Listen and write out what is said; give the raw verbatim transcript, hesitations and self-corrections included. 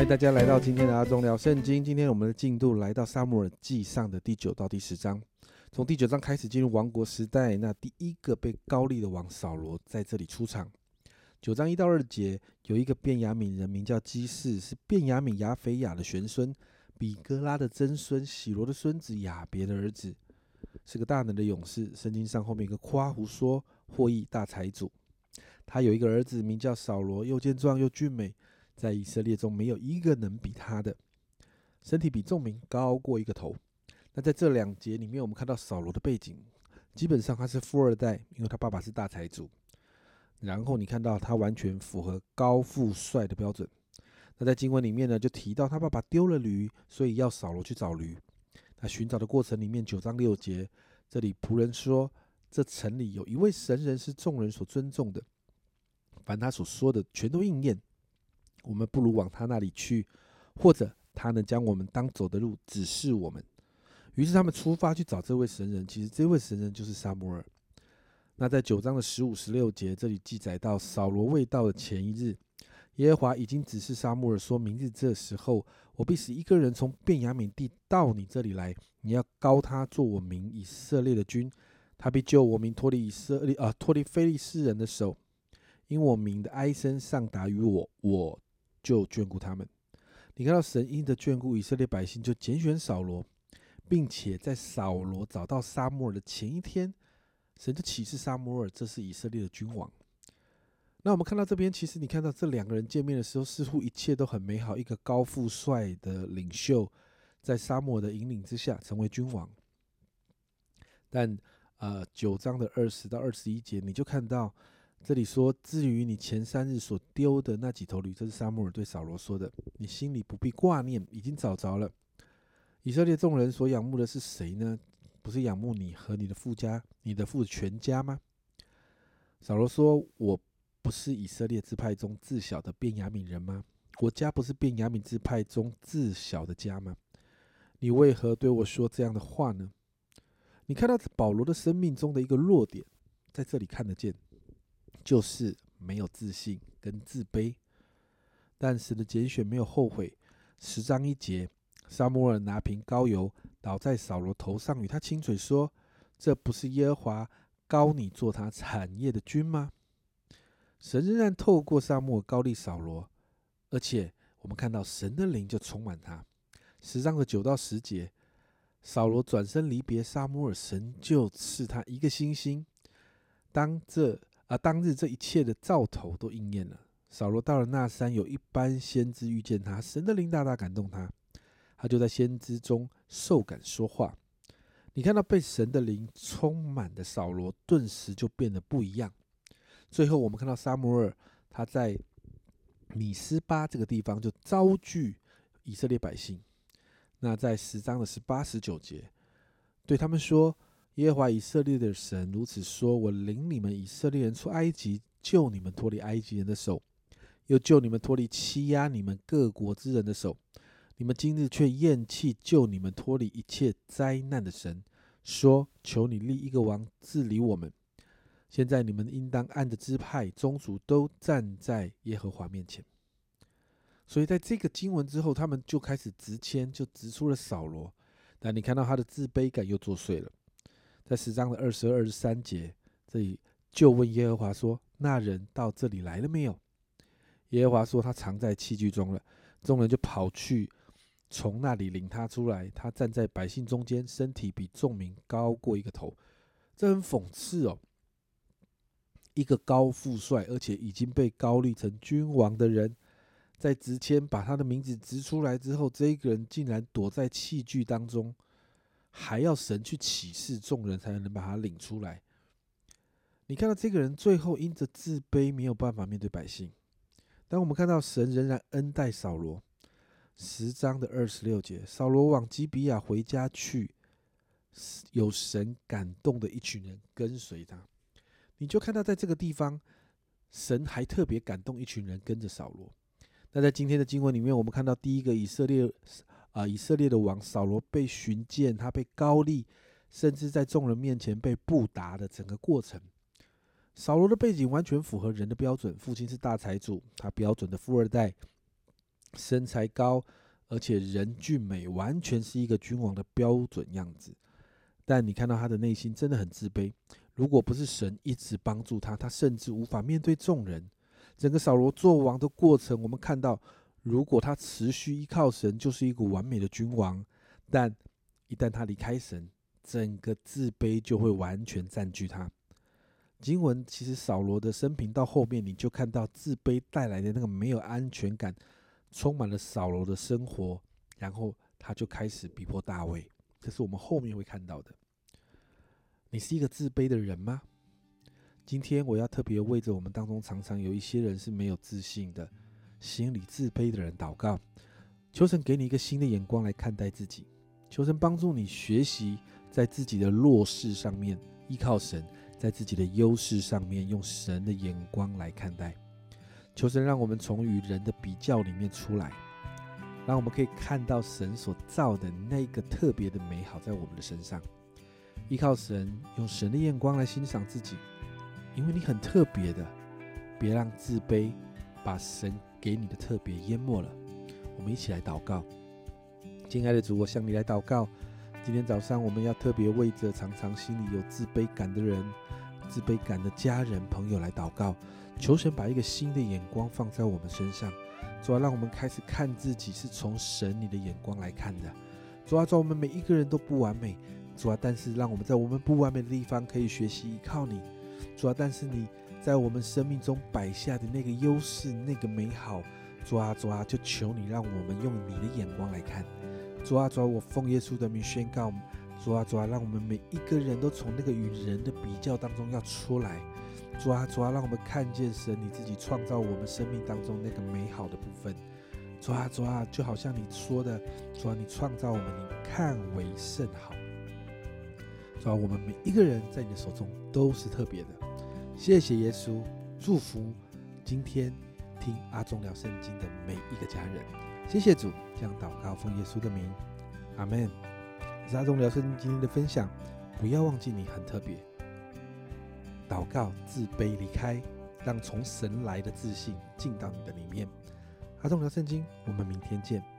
欢迎大家来到今天的阿忠聊圣经。今天我们的进度来到撒母耳记上的第九到第十章。从第九章开始进入王国时代，那第一个被高立的王扫罗在这里出场。九章一到二节，有一个便雅悯人名叫基士，是便雅悯亚斐亚的玄孙，比哥拉的曾孙，喜罗的孙子，亚别的儿子，是个大能的勇士。圣经上后面一个括弧说获益大财主。他有一个儿子名叫扫罗，又健壮又俊美，在以色列中没有一个能比他的，身体比众民高过一个头。那在这两节里面，我们看到扫罗的背景，基本上他是富二代，因为他爸爸是大财主。然后你看到他完全符合高富帅的标准。那在经文里面呢，就提到他爸爸丢了驴，所以要扫罗去找驴。那寻找的过程里面，九章六节，这里仆人说，这城里有一位神人是众人所尊重的，凡他所说的全都应验。我们不如往他那里去，或者他能将我们当走的路指示我们。于是他们出发去找这位神人，其实这位神人就是撒母耳。那在九章的十五、十六节，这里记载到扫罗未到的前一日，耶和华已经指示撒母耳说，明日这时候，我必使一个人从便雅悯地到你这里来，你要膏他做我民以色列的君，他必救我民脱离以色列啊脱离非利士人的手，因我民的哀声上达于我，我就眷顾他们。你看到神因着眷顾以色列百姓，就拣选扫罗，并且在扫罗找到撒母耳的前一天，神就启示撒母耳，这是以色列的君王。那我们看到这边，其实你看到这两个人见面的时候，似乎一切都很美好。一个高富帅的领袖，在撒母耳的引领之下成为君王。但呃，九章的二十到二十一节，你就看到这里说，至于你前三日所丢的那几头驴，这是撒母耳对扫罗说的，你心里不必挂念，已经找着了。以色列众人所仰慕的是谁呢？不是仰慕你和你的父家，你的父全家吗？扫罗说，我不是以色列支派中自小的便雅悯人吗？我家不是便雅悯支派中自小的家吗？你为何对我说这样的话呢？你看到保罗的生命中的一个弱点，在这里看得见，就是没有自信跟自卑。但神的拣选没有后悔。十章一节，撒母耳拿瓶膏油倒在扫罗头上，与他亲嘴说，这不是耶和华膏你做他产业的君吗？神仍然透过撒母耳膏立扫罗，而且我们看到神的灵就充满他。十章的九到十节，扫罗转身离别撒母耳，神就赐他一个星星。当这啊，当日这一切的兆头都应验了。扫罗到了那山，有一班先知遇见他，神的灵大大感动他，他就在先知中受感说话。你看到被神的灵充满的扫罗，顿时就变得不一样。最后我们看到撒母耳，他在米斯巴这个地方就招聚以色列百姓。那在十章的十八、十九节，对他们说，耶和华以色列的神如此说，我领你们以色列人出埃及，救你们脱离埃及人的手，又救你们脱离欺压你们各国之人的手。你们今日却厌弃救你们脱离一切灾难的神，说，求你立一个王治理我们。现在你们应当按着支派宗族都站在耶和华面前。所以在这个经文之后，他们就开始直签，就直出了扫罗。但你看到他的自卑感又作祟了。在十章的二十二、二十三节，这里就问耶和华说，那人到这里来了没有？耶和华说，他藏在器具中了。众人就跑去从那里领他出来，他站在百姓中间，身体比众民高过一个头。这很讽刺哦，一个高富帅而且已经被膏立成君王的人，在直签把他的名字直出来之后，这一个人竟然躲在器具当中，还要神去启示众人才能把他领出来。你看到这个人最后因着自卑没有办法面对百姓，但我们看到神仍然恩待扫罗。十章的二十六节，扫罗往基比亚回家去，有神感动的一群人跟随他。你就看到在这个地方，神还特别感动一群人跟着扫罗。那在今天的经文里面，我们看到第一个以色列啊、呃，以色列的王扫罗被寻见，他被膏立，甚至在众人面前被布达的整个过程。扫罗的背景完全符合人的标准，父亲是大财主，他标准的富二代， 身材高，而且人俊美，完全是一个君王的标准样子。但你看到他的内心真的很自卑，如果不是神一直帮助他，他甚至无法面对众人。整个扫罗做王的过程，我们看到，如果他持续依靠神，就是一个完美的君王。但一旦他离开神，整个自卑就会完全占据他。经文其实扫罗的生平到后面，你就看到自卑带来的那个没有安全感，充满了扫罗的生活，然后他就开始逼迫大卫。这是我们后面会看到的。你是一个自卑的人吗？今天我要特别为着我们当中常常有一些人是没有自信的、心里自卑的人祷告，求神给你一个新的眼光来看待自己，求神帮助你学习在自己的弱势上面依靠神，在自己的优势上面用神的眼光来看待。求神让我们从与人的比较里面出来，让我们可以看到神所造的那个特别的美好在我们的身上，依靠神，用神的眼光来欣赏自己，因为你很特别的，别让自卑把神给你的特别淹没了。我们一起来祷告。亲爱的主，我向你来祷告，今天早上我们要特别为着常常心里有自卑感的人、自卑感的家人朋友来祷告，求神把一个新的眼光放在我们身上。主啊，让我们开始看自己是从神你的眼光来看的。主啊，主啊，我们每一个人都不完美，主啊，但是让我们在我们不完美的地方可以学习依靠你。主啊，但是你在我们生命中摆下的那个优势、那个美好，主啊，主啊，就求你让我们用你的眼光来看。主啊，主啊，我奉耶稣的名宣告，主啊，主啊，让我们每一个人都从那个与人的比较当中要出来。主啊，主啊，让我们看见神你自己创造我们生命当中那个美好的部分。主啊，主啊，就好像你说的，主啊，你创造我们，你看为甚好。主啊，我们每一个人在你的手中都是特别的。谢谢耶稣，祝福今天听阿忠聊圣经的每一个家人。谢谢主，这样祷告奉耶稣的名，阿们。这是阿忠聊圣经今天的分享，不要忘记你很特别。祷告自卑离开，让从神来的自信进到你的里面。阿忠聊圣经，我们明天见。